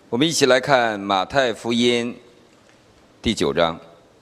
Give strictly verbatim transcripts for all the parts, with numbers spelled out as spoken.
我们一起来看马太福音第九章。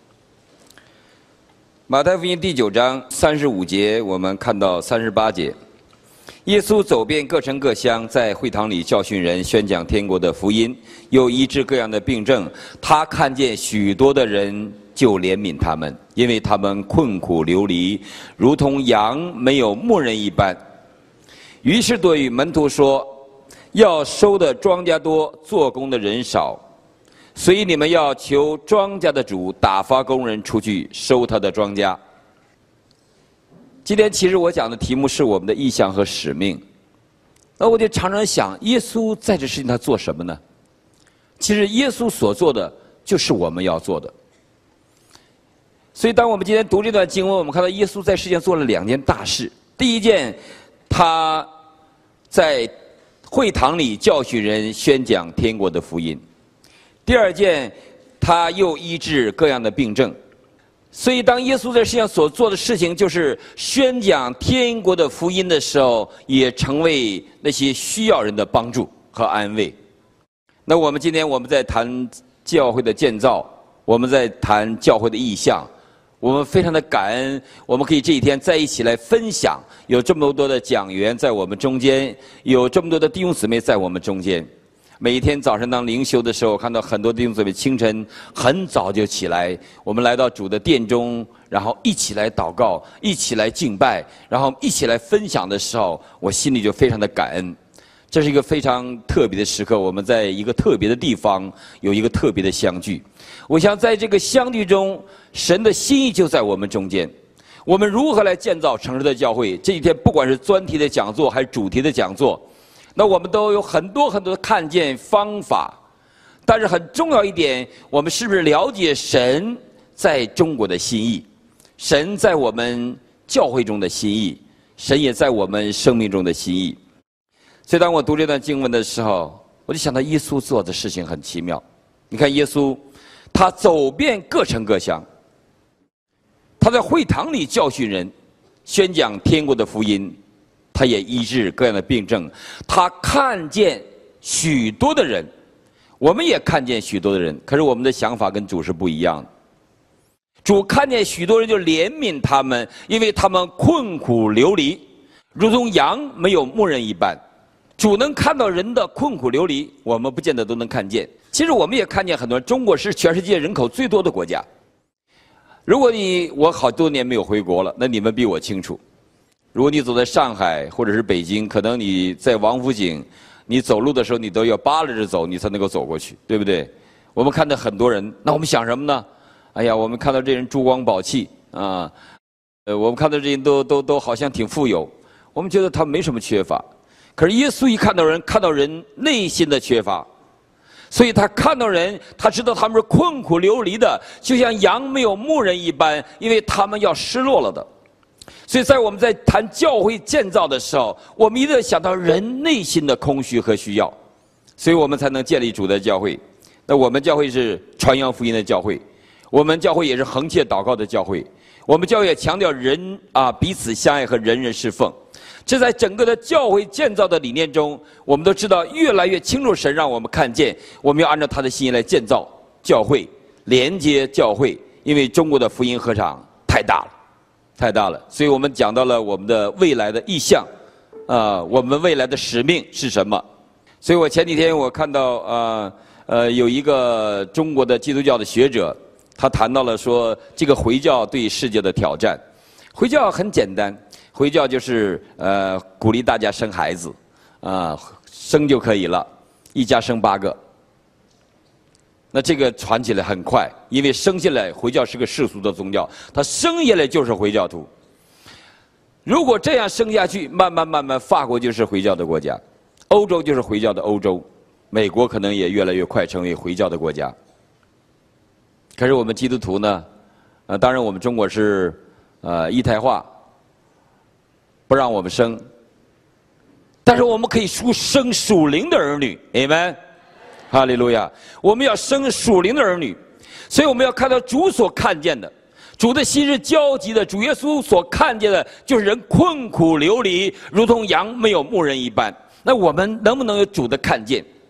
马太福音第九章三十五节，我们看到三十八节。耶稣走遍各城各乡，在会堂里教训人，宣讲天国的福音，又医治各样的病症。他看见许多的人，就怜悯他们，因为他们困苦流离，如同羊没有牧人一般。于是对与门徒说：要收的庄稼多，做工的人少，所以你们要求庄稼的主打发工人出去收他的庄稼。今天其实我讲的题目是我们的意向和使命。那我就常常想，耶稣在这事情他做什么呢？其实耶稣所做的就是我们要做的。所以当我们今天读这段经文，我们看到耶稣在世界上做了两件大事。第一件，他在会堂里教训人，宣讲天国的福音。第二件，他又医治各样的病症。所以当耶稣在世界上所做的事情就是宣讲天国的福音的时候，也成为那些需要人的帮助和安慰。那我们今天我们在谈教会的建造，我们在谈教会的意向，我们非常的感恩，我们可以这一天在一起来分享，有这么多的讲员在我们中间，有这么多的弟兄姊妹在我们中间。每一天早上当灵修的时候，看到很多弟兄姊妹清晨很早就起来，我们来到主的殿中，然后一起来祷告，一起来敬拜，然后一起来分享的时候，我心里就非常的感恩。这是一个非常特别的时刻，我们在一个特别的地方有一个特别的相聚。我想在这个相聚中，神的心意就在我们中间。我们如何来建造城市的教会？这几天不管是专题的讲座还是主题的讲座，那我们都有很多很多的看见方法。但是很重要一点，我们是不是了解神在中国的心意，神在我们教会中的心意，神也在我们生命中的心意。所以当我读这段经文的时候，我就想到耶稣做的事情很奇妙。你看耶稣他走遍各城各乡，他在会堂里教训人，宣讲天国的福音，他也医治各样的病症。他看见许多的人，我们也看见许多的人，可是我们的想法跟主是不一样的。主看见许多人就怜悯他们，因为他们困苦流离，如同羊没有牧人一般。主能看到人的困苦流离，我们不见得都能看见。其实我们也看见很多人，中国是全世界人口最多的国家。如果你我好多年没有回国了，那你们比我清楚。如果你走在上海或者是北京，可能你在王府井，你走路的时候你都要扒拉着走，你才能够走过去，对不对？我们看到很多人，那我们想什么呢？哎呀，我们看到这人珠光宝气啊，呃，我们看到这人都都都好像挺富有，我们觉得他没什么缺乏。可是耶稣一看到人，看到人内心的缺乏，所以他看到人，他知道他们是困苦流离的，就像羊没有牧人一般，因为他们要失落了的。所以在我们在谈教会建造的时候，我们一定要想到人内心的空虚和需要，所以我们才能建立主的教会。那我们教会是传扬福音的教会，我们教会也是恒切祷告的教会，我们教会也强调人啊彼此相爱和人人侍奉。这在整个的教会建造的理念中，我们都知道越来越清楚，神让我们看见，我们要按照他的心意来建造教会，连接教会。因为中国的福音合场太大了，太大了，所以我们讲到了我们的未来的意向，啊、呃，我们未来的使命是什么？所以我前几天我看到呃呃有一个中国的基督教的学者，他谈到了说这个回教对世界的挑战。回教很简单。回教就是呃鼓励大家生孩子，啊、呃、生就可以了，一家生八个。那这个传起来很快，因为生下来回教是个世俗的宗教，他生下来就是回教徒。如果这样生下去，慢慢慢慢，法国就是回教的国家，欧洲就是回教的欧洲，美国可能也越来越快成为回教的国家。可是我们基督徒呢，呃，当然我们中国是呃一胎化。不让我们生，但是我们可以出生属灵的儿女，阿们，哈利路亚！我们要生属灵的儿女，所以我们要看到主所看见的，主的心是焦急的，主耶稣所看见的就是人困苦流离，如同羊没有牧人一般。那我们能不能有主的看见？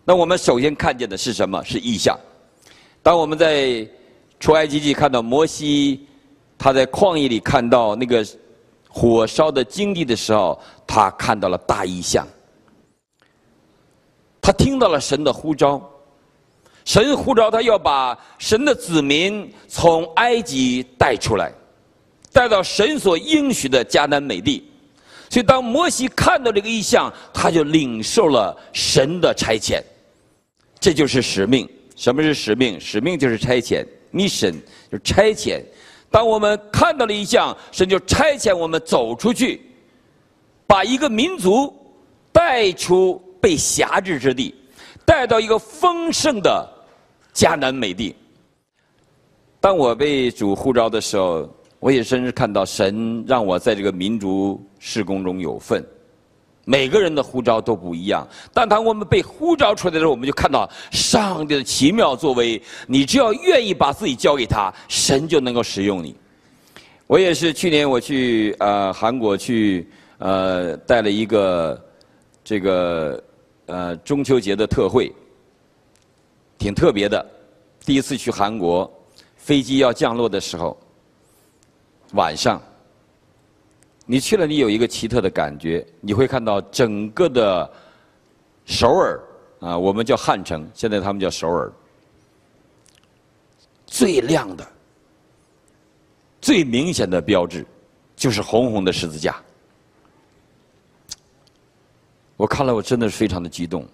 那我们首先看见的是什么？是异象。当我们在出埃及记看到摩西他在旷野里看到那个火烧的荆棘的时候，他看到了大异象。他听到了神的呼召，神呼召他要把神的子民从埃及带出来，带到神所应许的迦南美地。所以当摩西看到这个异象，他就领受了神的差遣。这就是使命。什么是使命？使命就是差遣 ，mission 就是差遣。当我们看到了异象，神就差遣我们走出去，把一个民族带出被辖制之地，带到一个丰盛的迦南美地。当我被主呼召的时候，我也深深看到神让我在这个民族事工中有份。每个人的呼召都不一样，但当我们被呼召出来的时候，我们就看到上帝的奇妙作为。你只要愿意把自己交给他，神就能够使用你。我也是去年我去呃韩国去呃带了一个这个呃中秋节的特会，挺特别的。第一次去韩国，飞机要降落的时候，晚上。你去了，你有一个奇特的感觉，你会看到整个的首尔啊，我们叫汉城，现在他们叫首尔，最亮的、最明显的标志就是红红的十字架。我看了，我真的是非常的激动。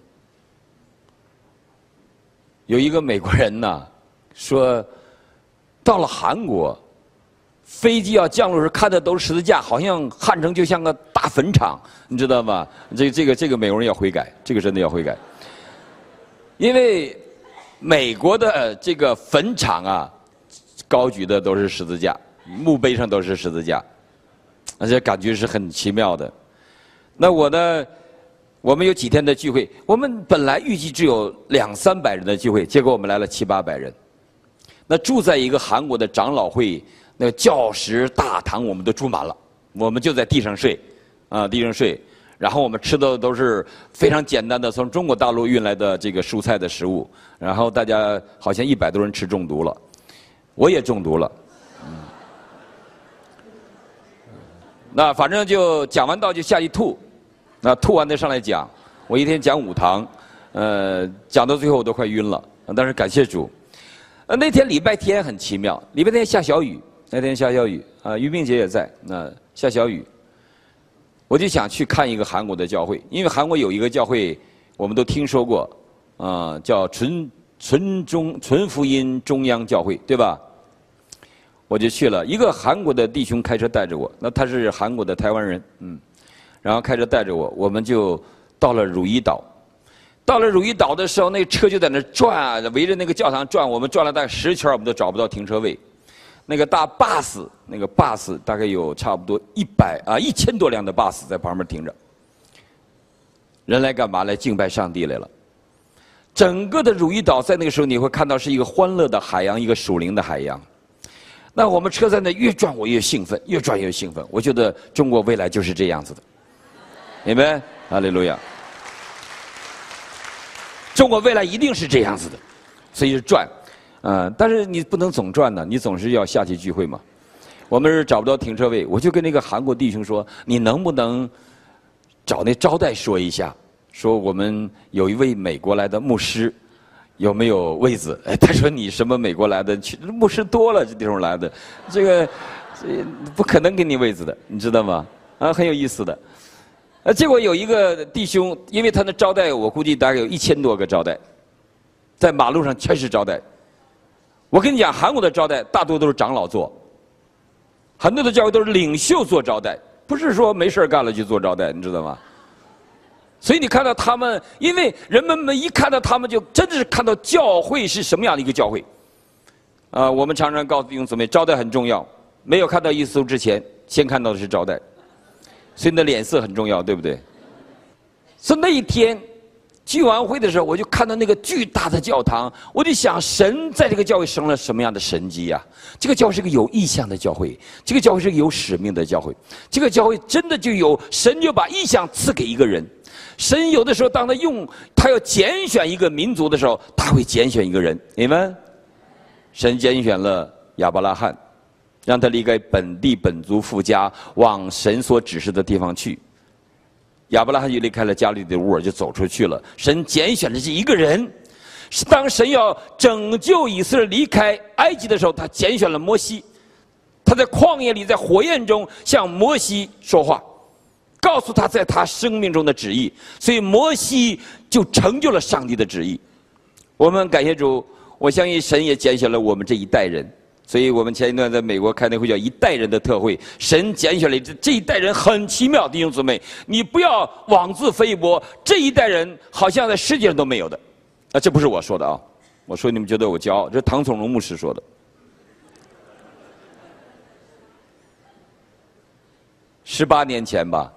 有一个美国人呐，说到了韩国。飞机要降落时看的都是十字架，好像汉城就像个大坟场，你知道吗？这这个这个美国人要悔改，这个真的要悔改，因为美国的这个坟场啊，高举的都是十字架，墓碑上都是十字架，而且感觉是很奇妙的。那我呢，我们有几天的聚会，我们本来预计只有两三百人的聚会，结果我们来了七八百人。那住在一个韩国的长老会。那个教室大堂我们都住满了，我们就在地上睡，啊，地上睡。然后我们吃的都是非常简单的从中国大陆运来的这个蔬菜的食物。然后大家好像一百多人吃中毒了，我也中毒了。嗯，那反正就讲完道就下去吐，那吐完再上来讲。我一天讲五堂，呃，讲到最后我都快晕了。但是感谢主，呃，那天礼拜天很奇妙，礼拜天下小雨。那天下小雨啊，于冰姐也在。那下小雨，我就想去看一个韩国的教会，因为韩国有一个教会，我们都听说过，啊，叫纯纯中纯福音中央教会，对吧？我就去了，一个韩国的弟兄开车带着我，那他是韩国的台湾人，嗯，然后开车带着我，我们就到了汝矣岛。到了汝矣岛的时候，那车就在那转，围着那个教堂转，我们转了大概十圈，我们都找不到停车位。那个大 bus， 那个 bus 大概有差不多一百啊一千多辆的 bus 在旁边停着。人来干嘛？来敬拜上帝来了。整个的汝矣岛在那个时候你会看到是一个欢乐的海洋，一个属灵的海洋。那我们车在那越转我越兴奋，越转越兴奋。我觉得中国未来就是这样子的，明白？哈利路亚。中国未来一定是这样子的，所以是转。呃，但是你不能总转呢，你总是要下去聚会嘛。我们是找不到停车位，我就跟那个韩国弟兄说：“你能不能找那招待说一下，说我们有一位美国来的牧师，有没有位子？”哎，他说：“你什么美国来的？去牧师多了，这地方来的，这个这不可能给你位子的，你知道吗？啊，很有意思的。”呃，结果有一个弟兄，因为他的招待，我估计大概有一千多个招待，在马路上全是招待。我跟你讲，韩国的招待大多都是长老做，很多的教会都是领袖做招待，不是说没事干了去做招待，你知道吗？所以你看到他们，因为人们们一看到他们，就真的是看到教会是什么样的一个教会。啊、呃，我们常常告诉弟兄姊妹，招待很重要。没有看到耶稣之前，先看到的是招待，所以你的脸色很重要，对不对？所以那一天， 聚完会的时候，我就看到那个巨大的教堂，我就想，神在这个教会生了什么样的神迹呀？这个教会是个有意向的教会，这个教会是个有使命的教会，这个教会真的就有神就把意向赐给一个人。神有的时候，当他用他要拣选一个民族的时候，他会拣选一个人，你们，神拣选了亚伯拉罕，让他离开本地本族父家，往神所指示的地方去。亚伯拉罕就离开了家里的屋尔，就走出去了。神拣选的是一个人，当神要拯救以色列离开埃及的时候，他拣选了摩西。他在旷野里，在火焰中向摩西说话，告诉他在他生命中的旨意。所以摩西就成就了上帝的旨意。我们感谢主，我相信神也拣选了我们这一代人。所以我们前一段在美国开那会叫一代人的特会，神拣选了这这一代人很奇妙，弟兄姊妹，你不要妄自菲薄，这一代人好像在世界上都没有的，啊，这不是我说的啊，我说你们觉得我骄傲，这是唐从容牧师说的。十八年前吧，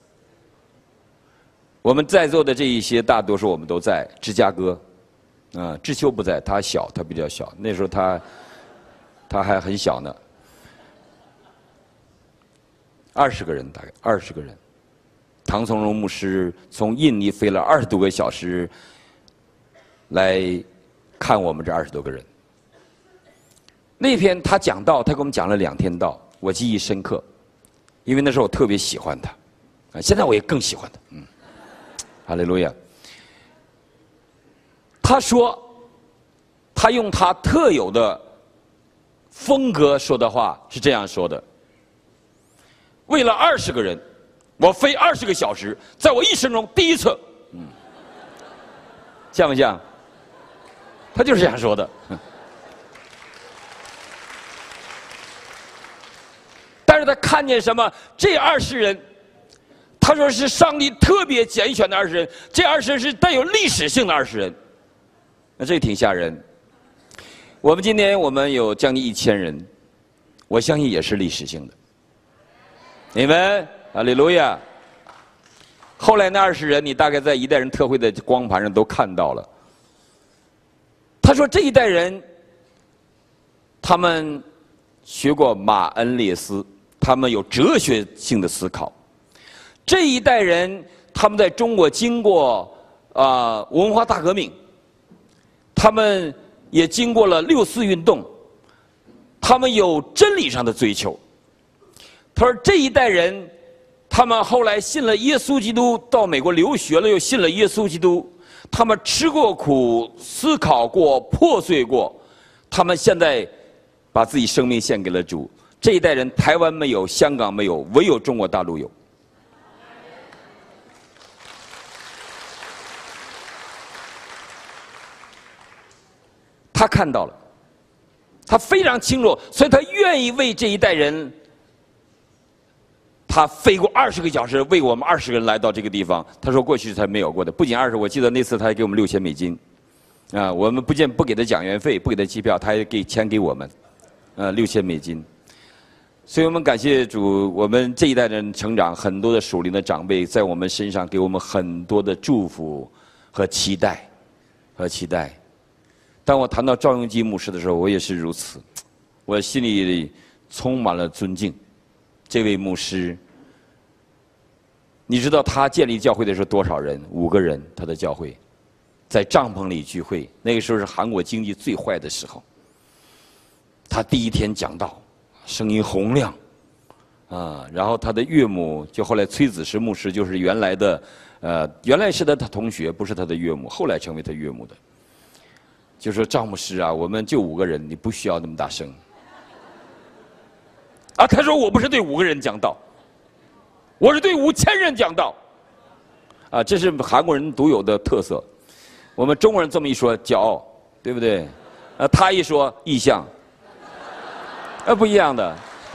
我们在座的这一些大多数我们都在芝加哥，啊，志秋不在，他小，他比较小，那时候他。他还很小呢，二十个人大概二十个人，唐从容牧师从印尼飞了二十多个小时来看我们这二十多个人。那天他讲道，他给我们讲了两天道，我记忆深刻，因为那时候我特别喜欢他，啊，现在我也更喜欢他，嗯，哈利路亚。他说，他用他特有的风格说的话是这样说的：为了二十个人，我飞二十个小时，在我一生中第一次。嗯，像不像？他就是这样说的。但是他看见什么？这二十人，他说是上帝特别拣选的二十人，这二十人是带有历史性的二十人。那这挺吓人。我们今天我们有将近一千人，我相信也是历史性的。你们，哈利路亚。后来那二十人，你大概在一代人特会的光盘上都看到了。他说这一代人，他们学过马恩列斯，他们有哲学性的思考。这一代人，他们在中国经过啊、呃、文化大革命，他们也经过了六四运动，他们有真理上的追求。他说这一代人，他们后来信了耶稣基督，到美国留学了，又信了耶稣基督。他们吃过苦，思考过，破碎过，他们现在把自己生命献给了主。这一代人，台湾没有，香港没有，唯有中国大陆有。他看到了，他非常清楚，所以他愿意为这一代人，他飞过二十个小时，为我们二十个人来到这个地方。他说过去才没有过的，不仅二十，我记得那次他还给我们六千美金，啊，我们不见不给他讲员费，不给他机票，他还给钱给我们，呃，六千美金。所以我们感谢主，我们这一代人成长，很多的属灵的长辈在我们身上给我们很多的祝福和期待，和期待。当我谈到赵永基牧师的时候，我也是如此，我心里充满了尊敬。这位牧师，你知道他建立教会的时候多少人？五个人，他的教会在帐篷里聚会，那个时候是韩国经济最坏的时候。他第一天讲道，声音洪亮，啊，然后他的岳母就后来崔子石牧师，就是原来的，呃，原来是他的同学，不是他的岳母，后来成为他岳母的。就说赵牧师啊，我们就五个人，你不需要那么大声。啊，他说我不是对五个人讲道，我是对五千人讲道。啊，这是韩国人独有的特色。我们中国人这么一说，骄傲，对不对？啊，他一说意象，啊，不一样的。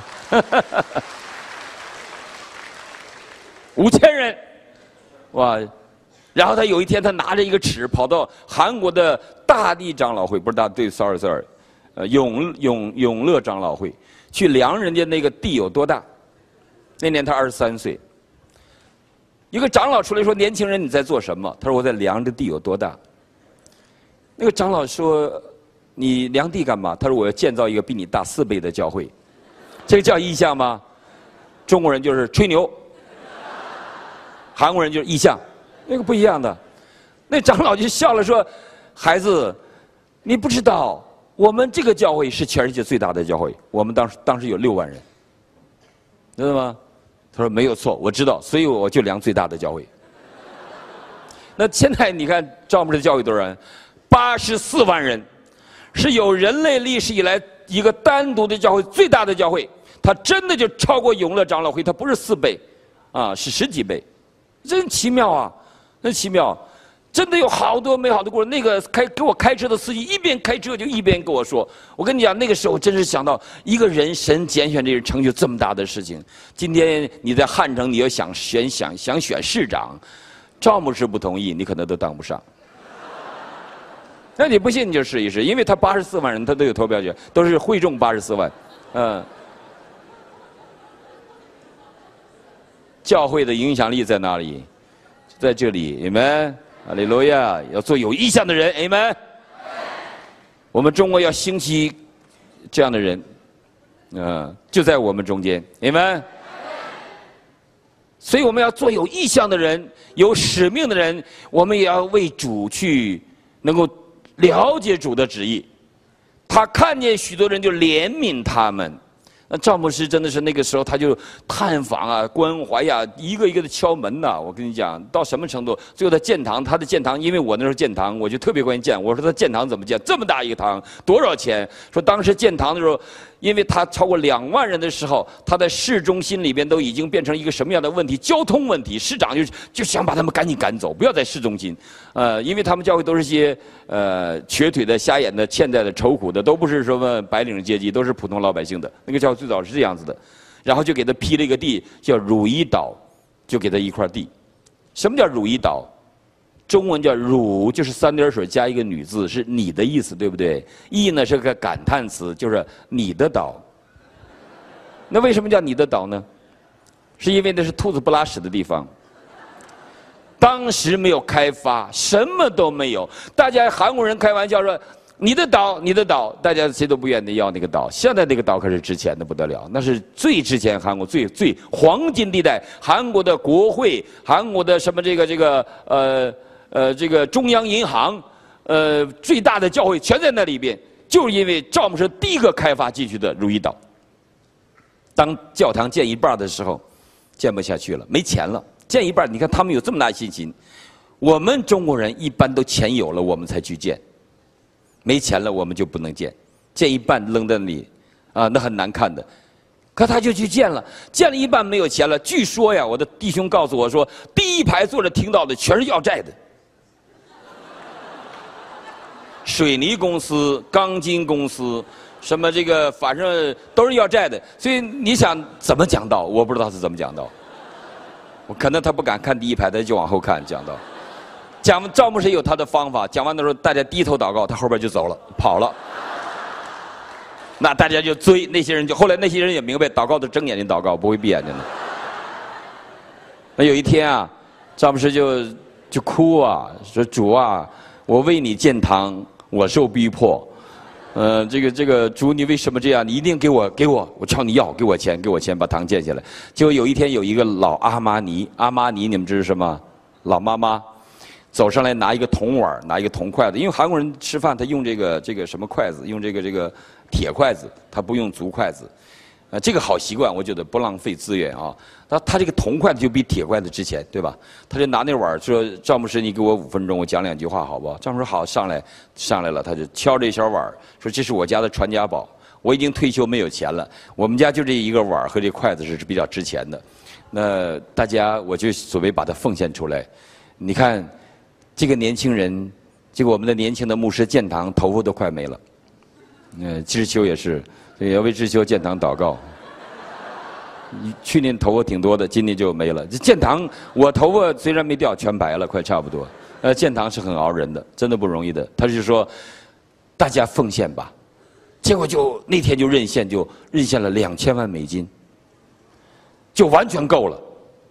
五千人，哇！然后他有一天，他拿着一个尺跑到韩国的大地长老会，不是大对 ，sorry sorry， 呃，永永永乐长老会，去量人家那个地有多大。那年他二十三岁， 一个长老出来说：“年轻人，你在做什么？”他说：“我在量这地有多大。”那个长老说：“你量地干嘛？”他说：“我要建造一个比你大四倍的教会。”这个叫意象吗？中国人就是吹牛，韩国人就是意象，那个不一样的。那长老就笑了说：“孩子，你不知道，我们这个教会是全世界最大的教会，我们当时当时有六万人，知道吗？”他说：“没有错，我知道，所以我就量最大的教会。”那现在你看赵牧师的教会多少人？八十四万人，是有人类历史以来一个单独的教会，最大的教会。它真的就超过永乐长老会，它不是四倍，啊，是十几倍，真奇妙啊，真奇妙。真的有好多美好的故事。那个开给我开车的司机一边开车就一边跟我说，我跟你讲，那个时候真是想到一个人神拣选这人成就这么大的事情。今天你在汉城，你要想选想想选市长，赵牧师不同意，你可能都当不上。那你不信你就试一试，因为他八十四万人，他都有投票权，都是会众八十四万，嗯。教会的影响力在哪里？在这里，阿们，哈利路亚！要做有意向的人，阿们。我们中国要兴起这样的人，嗯，就在我们中间，阿们。所以我们要做有意向的人，有使命的人，我们也要为主去能够了解主的旨意。他看见许多人就怜悯他们。那赵牧师真的是那个时候，他就探访啊、关怀呀、啊，一个一个的敲门呐、啊。我跟你讲，到什么程度？最后他建堂，他的建堂，因为我那时候建堂，我就特别关心建。我说他建堂怎么建？这么大一个堂，多少钱？说当时建堂的时候，因为他超过两万人的时候，他在市中心里边都已经变成一个什么样的问题？交通问题，市长就就想把他们赶紧赶走，不要在市中心。呃，因为他们教会都是些呃瘸腿的、瞎眼的、欠债的、愁苦的，都不是什么白领阶级，都是普通老百姓的。那个教会最早是这样子的，然后就给他批了一个地，叫汝矣岛，就给他一块地。什么叫汝矣岛？中文叫汝，就是三点水加一个女字，是你的意思，对不对？义呢是个感叹词，就是你的岛。那为什么叫你的岛呢？是因为那是兔子不拉屎的地方。当时没有开发，什么都没有。大家韩国人开玩笑说：“你的岛，你的岛。”大家谁都不愿意要那个岛。现在那个岛可是值钱的不得了，那是最值钱，韩国最最黄金地带。韩国的国会，韩国的什么这个这个呃呃这个中央银行，呃最大的教会全在那里边。就是因为赵牧师第一个开发进去的汝矣岛。当教堂建一半的时候，建不下去了，没钱了。建一半，你看他们有这么大信心。我们中国人一般都钱有了，我们才去建。没钱了，我们就不能建。建一半扔在那里，啊，那很难看的。可他就去建了，建了一半没有钱了。据说呀，我的弟兄告诉我说，第一排坐着听到的全是要债的。水泥公司、钢筋公司，什么这个，反正都是要债的。所以你想怎么讲道？我不知道是怎么讲道。我可能他不敢看第一排，他就往后看讲道。讲赵牧师有他的方法，讲完的时候大家低头祷告，他后边就走了，跑了。那大家就追，那些人就后来那些人也明白，祷告都睁眼睛祷告，不会闭眼睛的。那有一天啊，赵牧师就就哭啊，说主啊，我为你建堂，我受逼迫。呃，这个这个主，你为什么这样？你一定给我给我，我朝你要，给我钱，给我钱，把堂建下来。结果有一天有一个老阿妈尼，阿妈尼你们知道什么？老妈妈走上来拿一个铜碗，拿一个铜筷子，因为韩国人吃饭他用这个这个什么筷子，用这个这个铁筷子，他不用竹筷子。呃，这个好习惯，我觉得不浪费资源啊。他他这个铜筷子就比铁筷子值钱，对吧？他就拿那碗说：“赵牧师，你给我五分钟，我讲两句话，好不好？”赵牧师好，上来上来了，他就敲这小碗说：“这是我家的传家宝，我已经退休没有钱了，我们家就这一个碗和这筷子是比较值钱的。那大家我就所谓把它奉献出来。你看这个年轻人，这个我们的年轻的牧师建堂，头发都快没了。嗯，知秋也是。”所以要为知秋建堂祷告。去年头发挺多的，今年就没了。这建堂，我头发虽然没掉，全白了，快差不多。呃，建堂是很熬人的，真的不容易的。他就说，大家奉献吧。结果就那天就认献，就认献了两千万美金，就完全够了。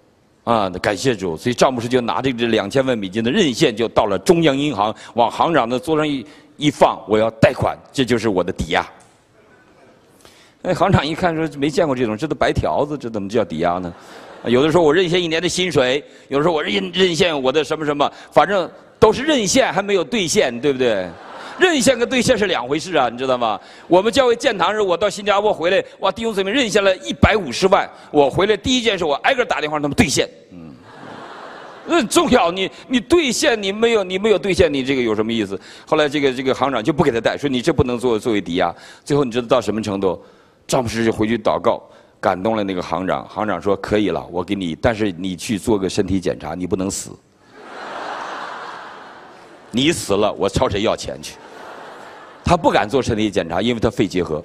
啊，感谢主！所以赵牧师就拿着这两千万美金的任现，就到了中央银行，往行长的桌上一一放，我要贷款，这就是我的抵押。那行长一看说没见过这种，这都白条子，这怎么叫抵押呢？有的说我任现一年的薪水，有的说我任任现我的什么什么，反正都是任现，还没有兑现，对不对？任现跟兑现是两回事啊，你知道吗？我们教会建堂时，我到新加坡回来，哇，弟兄姊妹任现了一百五十万，我回来第一件事，我挨个打电话让他们兑现。嗯，那很重要，你你兑现，你没有你没有兑现，你这个有什么意思？后来这个这个行长就不给他贷，说你这不能作作为抵押。最后你知道到什么程度？赵牧师就回去祷告，感动了那个行长。行长说可以了，我给你，但是你去做个身体检查，你不能死。你死了，我朝谁要钱去？他不敢做身体检查，因为他肺结核。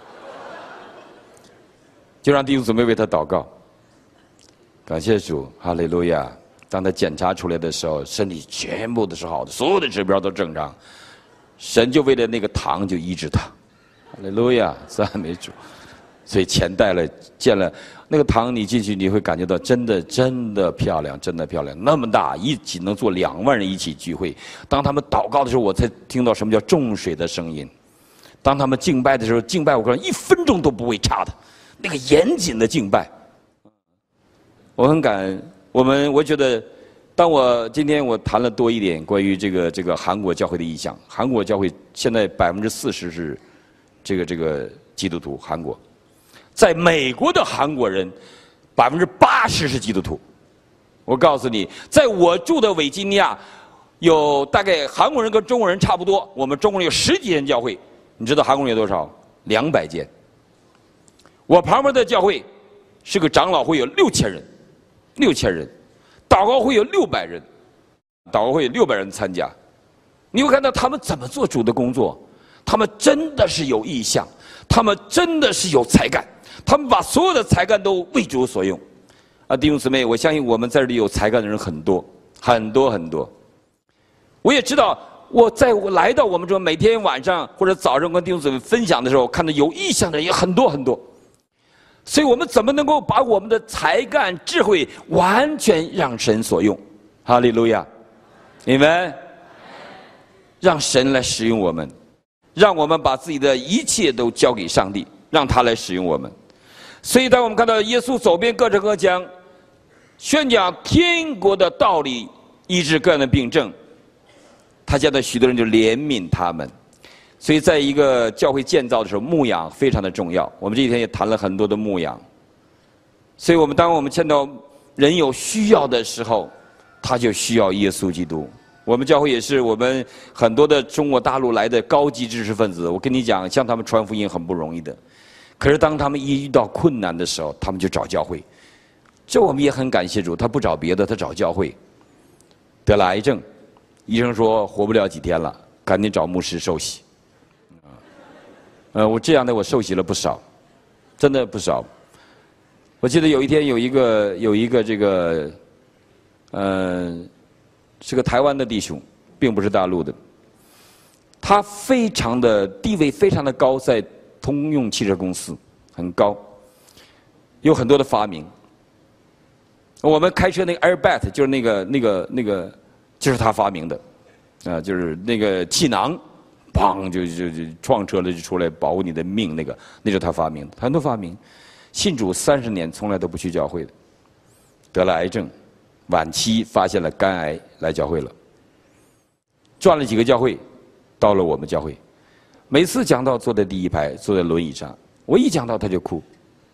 就让弟兄姊妹为他祷告。感谢主，哈利路亚！当他检查出来的时候，身体全部都是好的，所有的指标都正常。神就为了那个糖就医治他，哈利路亚！赞美主。所以钱带了，建了那个堂，你进去你会感觉到真的真的漂亮，真的漂亮，那么大，一起能坐两万人一起聚会。当他们祷告的时候，我才听到什么叫众水的声音。当他们敬拜的时候，敬拜我告诉你，一分钟都不会差的，那个严谨的敬拜。我很感恩，我们我觉得，当我今天我谈了多一点关于这个这个韩国教会的意向，韩国教会现在百分之四十是这个这个基督徒，韩国。在美国的韩国人，百分之八十是基督徒。我告诉你，在我住的维吉尼亚，有大概韩国人跟中国人差不多，我们中国人有十几间教会。你知道韩国人有多少？两百间。我旁边的教会是个长老会，有六千人，六千人，祷告会有六百人，祷告会有六百人参加。你会看到他们怎么做主的工作，他们真的是有意向，他们真的是有才干。他们把所有的才干都为主所用，啊，弟兄姊妹，我相信我们在这里有才干的人很多，很多很多。我也知道，我在我来到我们中，每天晚上或者早上跟弟兄姊妹分享的时候，看到有意向的人也很多很多。所以我们怎么能够把我们的才干、智慧完全让神所用？哈利路亚，你们让神来使用我们，让我们把自己的一切都交给上帝，让他来使用我们。所以当我们看到耶稣走遍各城各乡，宣讲天国的道理，医治各样的病症，他现在许多人就怜悯他们。所以在一个教会建造的时候，牧养非常的重要。我们这几天也谈了很多的牧养。所以我们当我们见到人有需要的时候，他就需要耶稣基督。我们教会也是，我们很多的中国大陆来的高级知识分子，我跟你讲，向他们传福音很不容易的。可是当他们一遇到困难的时候，他们就找教会。这我们也很感谢主，他不找别的，他找教会。得了癌症，医生说活不了几天了，赶紧找牧师受洗。呃，我这样的我受洗了不少，真的不少。我记得有一天有一个有一个这个，呃，是个台湾的弟兄，并不是大陆的。他非常的地位非常的高，在通用汽车公司很高，有很多的发明。我们开车那个 airbag 就是那个那个那个，就是他发明的，啊、呃，就是那个气囊，砰就就就撞车了就出来保护你的命，那个那是他发明的，很多发明。信主三十年，从来都不去教会的，得了癌症，晚期发现了肝癌，来教会了，转了几个教会，到了我们教会。每次讲到坐在第一排，坐在轮椅上，我一讲到他就哭，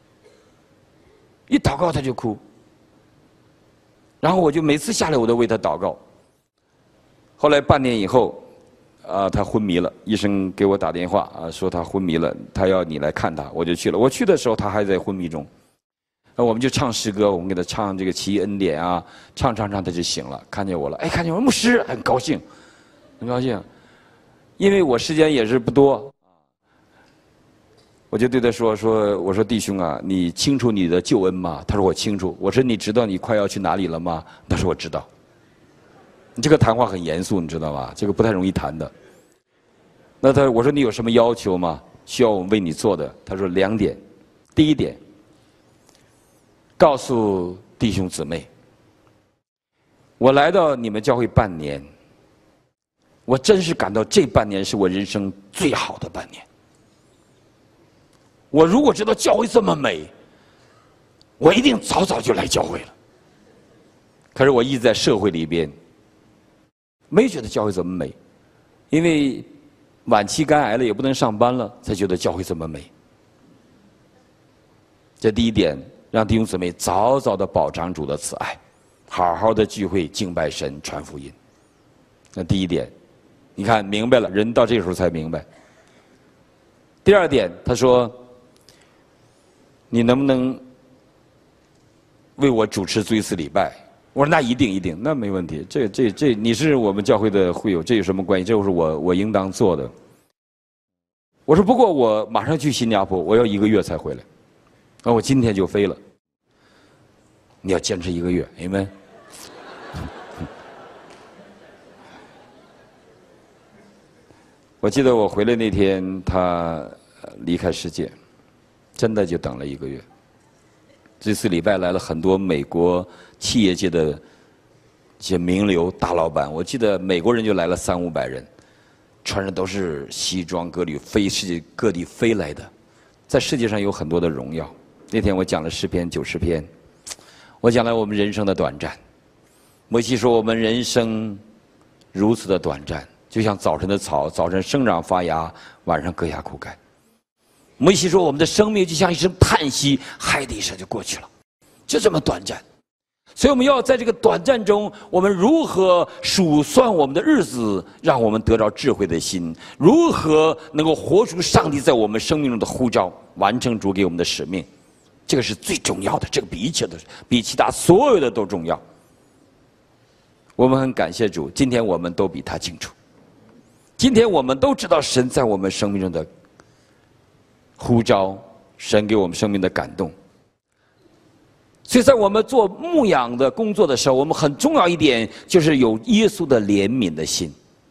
一祷告他就哭，然后我就每次下来我都为他祷告。后来半年以后，啊，他昏迷了，医生给我打电话啊，说他昏迷了，他要你来看他，我就去了。我去的时候他还在昏迷中，那我们就唱诗歌，我们给他唱这个奇异恩典啊，唱唱唱他就醒了，看见我了，哎，看见我牧师，很高兴，很高兴。因为我时间也是不多，我就对他说说，我说弟兄啊，你清楚你的救恩吗？他说我清楚。我说你知道你快要去哪里了吗？他说我知道。这个谈话很严肃，你知道吗？这个不太容易谈的。那他我说你有什么要求吗？需要我们为你做的？他说两点。第一点，告诉弟兄姊妹， 我来到你们教会半年，我真是感到这半年是我人生最好的半年。我如果知道教会这么美，我一定早早就来教会了。可是我一直在社会里边，没觉得教会这么美，因为晚期肝癌了也不能上班了，才觉得教会这么美。这第一点，让弟兄姊妹早早的饱尝主的慈爱，好好的聚会敬拜神传福音。那第一点，你看明白了，人到这个时候才明白。第二点，他说，你能不能为我主持最后一次礼拜？我说那一定一定，那没问题。这这这，你是我们教会的会友，这有什么关系？这就是我我应当做的。我说不过我马上去新加坡，我要一个月才回来。那我今天就飞了。你要坚持一个月，明白？我记得我回来那天，他离开世界，真的就等了一个月。这次礼拜来了很多美国企业界的一些名流大老板，我记得美国人就来了三五百人，穿着都是西装革履，飞世界各地飞来的，在世界上有很多的荣耀。那天我讲了诗篇九十篇，我讲了我们人生的短暂。摩西说我们人生如此的短暂，就像早晨的草，早晨生长发芽，晚上割下枯干。摩西说我们的生命就像一声叹息，嗨的一声就过去了，就这么短暂。所以我们要在这个短暂中，我们如何数算我们的日子，让我们得到智慧的心，如何能够活出上帝在我们生命中的呼召，完成主给我们的使命，这个是最重要的，这个比一切的比其他所有的都重要。我们很感谢主，今天我们都比他清楚，今天我们都知道神在我们生命中的呼召，神给我们生命的感动。所以在我们做牧养的工作的时候，我们很重要一点就是有耶稣的怜悯的心。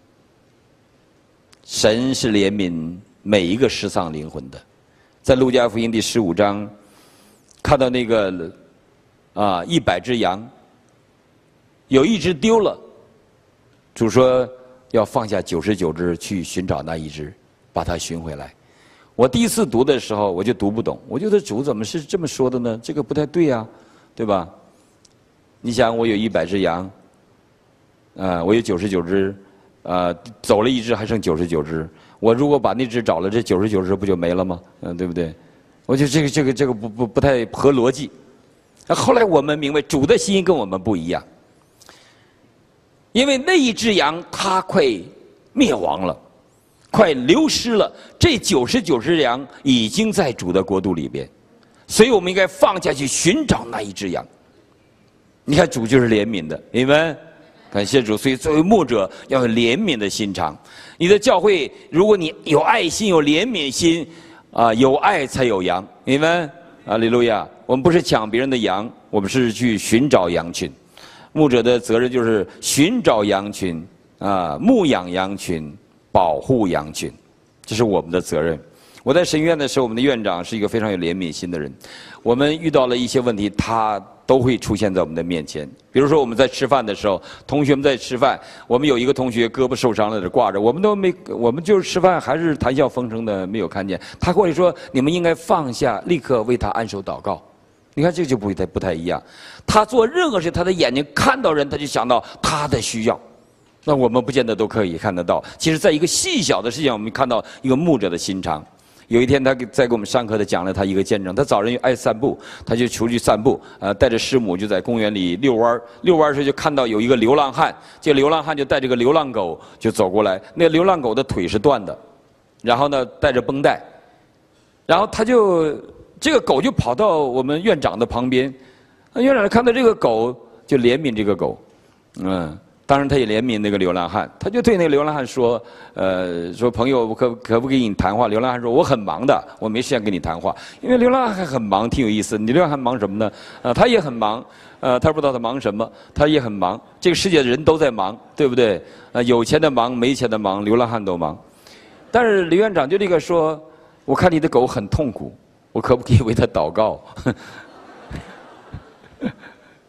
神是怜悯每一个失丧灵魂的。在路加福音第十五章，看到那个啊一百只羊，有一只丢了，主说要放下九十九只去寻找那一只，把它寻回来。我第一次读的时候我就读不懂，我觉得主怎么是这么说的呢？这个不太对呀、啊，对吧？你想我有一百只羊，啊、呃，我有九十九只，啊、呃，走了一只还剩九十九只，我如果把那只找了，这九十九只不就没了吗？嗯、呃，对不对？我觉得这个这个这个不不不太合逻辑。后来我们明白主的心跟我们不一样，因为那一只羊它快灭亡了。快流失了，这九十九只羊已经在主的国度里边，所以我们应该放下去寻找那一只羊。你看主就是怜悯的，你们感谢主。所以作为牧者要有怜悯的心肠。你的教会，如果你有爱心、有怜悯心，啊、呃，有爱才有羊，你们哈利路亚。我们不是抢别人的羊，我们是去寻找羊群。牧者的责任就是寻找羊群啊、呃，牧养羊群。保护羊群，这是我们的责任。我在神院的时候，我们的院长是一个非常有怜悯心的人。我们遇到了一些问题，他都会出现在我们的面前。比如说我们在吃饭的时候，同学们在吃饭，我们有一个同学胳膊受伤了，在这挂着，我们都没，我们就是吃饭还是谈笑风生的，没有看见。他跟我说：“你们应该放下，立刻为他按手祷告。”你看这就不太不太一样。他做任何事，他的眼睛看到人，他就想到他的需要。那我们不见得都可以看得到。其实，在一个细小的事情，我们看到一个牧者的心肠。有一天，他在给我们上课，他讲了他一个见证。他早晨爱散步，他就出去散步，呃，带着师母就在公园里遛弯儿。遛弯儿时就看到有一个流浪汉，这个流浪汉就带着个流浪狗就走过来。那流浪狗的腿是断的，然后呢带着绷带，然后他就这个狗就跑到我们院长的旁边，院长看到这个狗就怜悯这个狗，嗯。当然，他也怜悯那个流浪汉，他就对那个流浪汉说：“呃，说朋友，可可不跟你谈话？”流浪汉说：“我很忙的，我没时间跟你谈话。”因为流浪汉很忙，挺有意思。你流浪汉忙什么呢？呃，他也很忙，呃，他不知道他忙什么，他也很忙。这个世界的人都在忙，对不对？呃，有钱的忙，没钱的忙，流浪汉都忙。但是李院长就这个说：“我看你的狗很痛苦，我可不可以为他祷告？”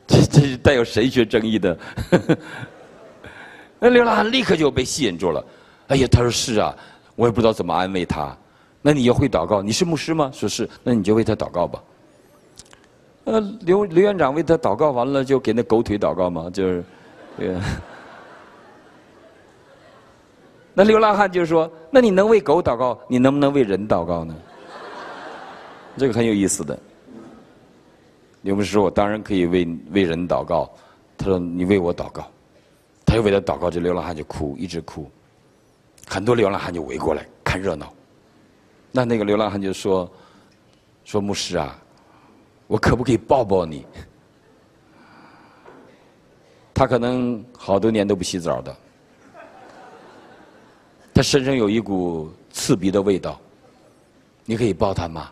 这这是带有神学争议的。那流浪汉立刻就被吸引住了。哎呀，他说是啊，我也不知道怎么安慰他。那你要会祷告，你是牧师吗？说是，那你就为他祷告吧。呃，刘刘院长为他祷告完了，就给那狗腿祷告嘛，就是，对。那流浪汉就说：“那你能为狗祷告，你能不能为人祷告呢？”这个很有意思的。刘牧师说：“我当然可以为为人祷告。”他说：“你为我祷告。”他又为他祷告，这流浪汉就哭，一直哭。很多流浪汉就围过来看热闹。那那个流浪汉就说：“说牧师啊，我可不可以抱抱你？”他可能好多年都不洗澡的。他身上有一股刺鼻的味道，你可以抱他吗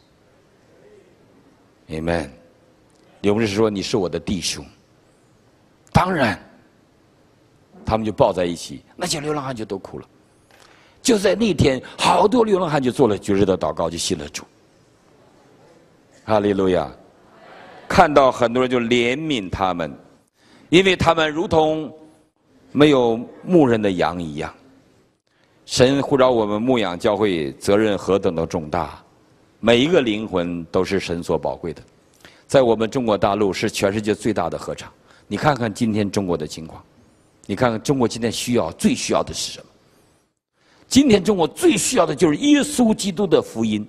？Amen。刘牧师说：“你是我的弟兄。”当然，他们就抱在一起，那些流浪汉就都哭了。就在那天，好多流浪汉就做了绝志的祷告，就信了主。哈利路亚！看到很多人就怜悯他们，因为他们如同没有牧人的羊一样。神呼召我们牧养教会，责任何等的重大！每一个灵魂都是神所宝贵的。在我们中国大陆是全世界最大的合场。你看看今天中国的情况，你看看中国今天需要最需要的是什么？今天中国最需要的就是耶稣基督的福音，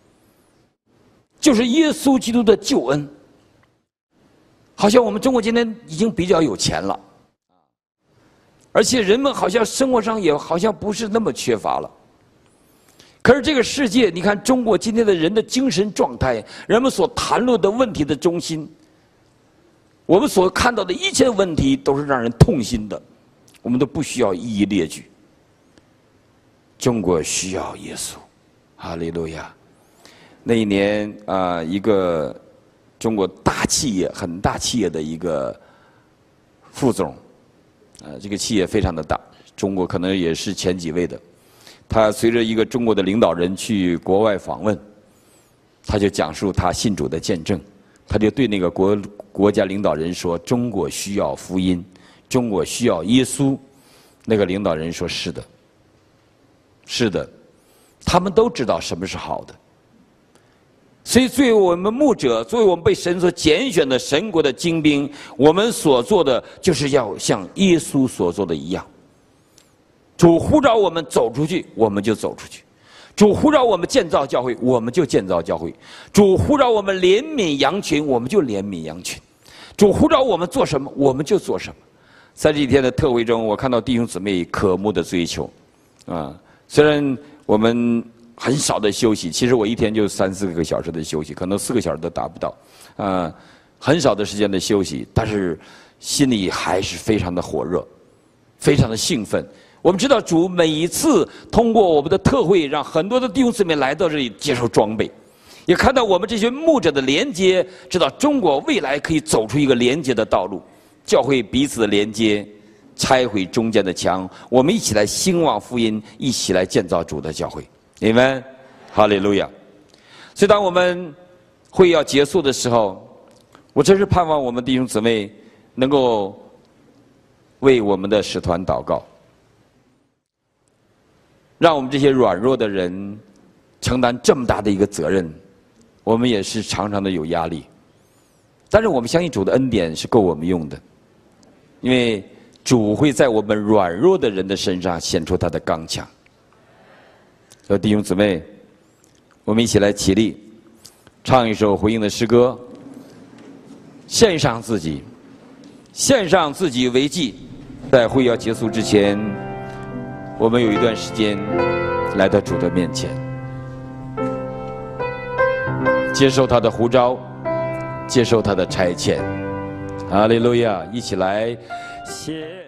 就是耶稣基督的救恩。好像我们中国今天已经比较有钱了。而且人们好像生活上也好像不是那么缺乏了。可是这个世界，你看中国今天的人的精神状态，人们所谈论的问题的中心，我们所看到的一切问题都是让人痛心的，我们都不需要一一列举。中国需要耶稣，哈利路亚！那一年啊、呃，一个中国大企业、很大企业的一个副总。呃，这个企业非常的大，中国可能也是前几位的。他随着一个中国的领导人去国外访问，他就讲述他信主的见证，他就对那个国国家领导人说：“中国需要福音，中国需要耶稣。”那个领导人说：“是的，是的，他们都知道什么是好的。”所以，作为我们牧者，作为我们被神所拣选的神国的精兵，我们所做的就是要像耶稣所做的一样。主呼召我们走出去，我们就走出去；主呼召我们建造教会，我们就建造教会；主呼召我们怜悯羊群，我们就怜悯羊群；主呼召我们做什么，我们就做什么。在这几天的特会中，我看到弟兄姊妹渴慕的追求，啊，虽然我们很少的休息，其实我一天就三四个小时的休息，可能四个小时都达不到，啊，很少的时间的休息，但是心里还是非常的火热，非常的兴奋。我们知道主每一次通过我们的特会，让很多的弟兄姊妹来到这里接受装备，也看到我们这些牧者的连接，知道中国未来可以走出一个连接的道路，教会彼此的连接，拆毁中间的墙，我们一起来兴旺福音，一起来建造主的教会。你们，哈利路亚！所以当我们会要结束的时候，我真是盼望我们弟兄姊妹能够为我们的使团祷告，让我们这些软弱的人承担这么大的一个责任，我们也是常常的有压力。但是我们相信主的恩典是够我们用的，因为主会在我们软弱的人的身上显出他的刚强。所以弟兄姊妹，我们一起来起立，唱一首回应的诗歌，献上自己，献上自己为祭。在会要结束之前，我们有一段时间来到主的面前，接受他的呼召，接受他的差遣。哈利路亚！一起来献。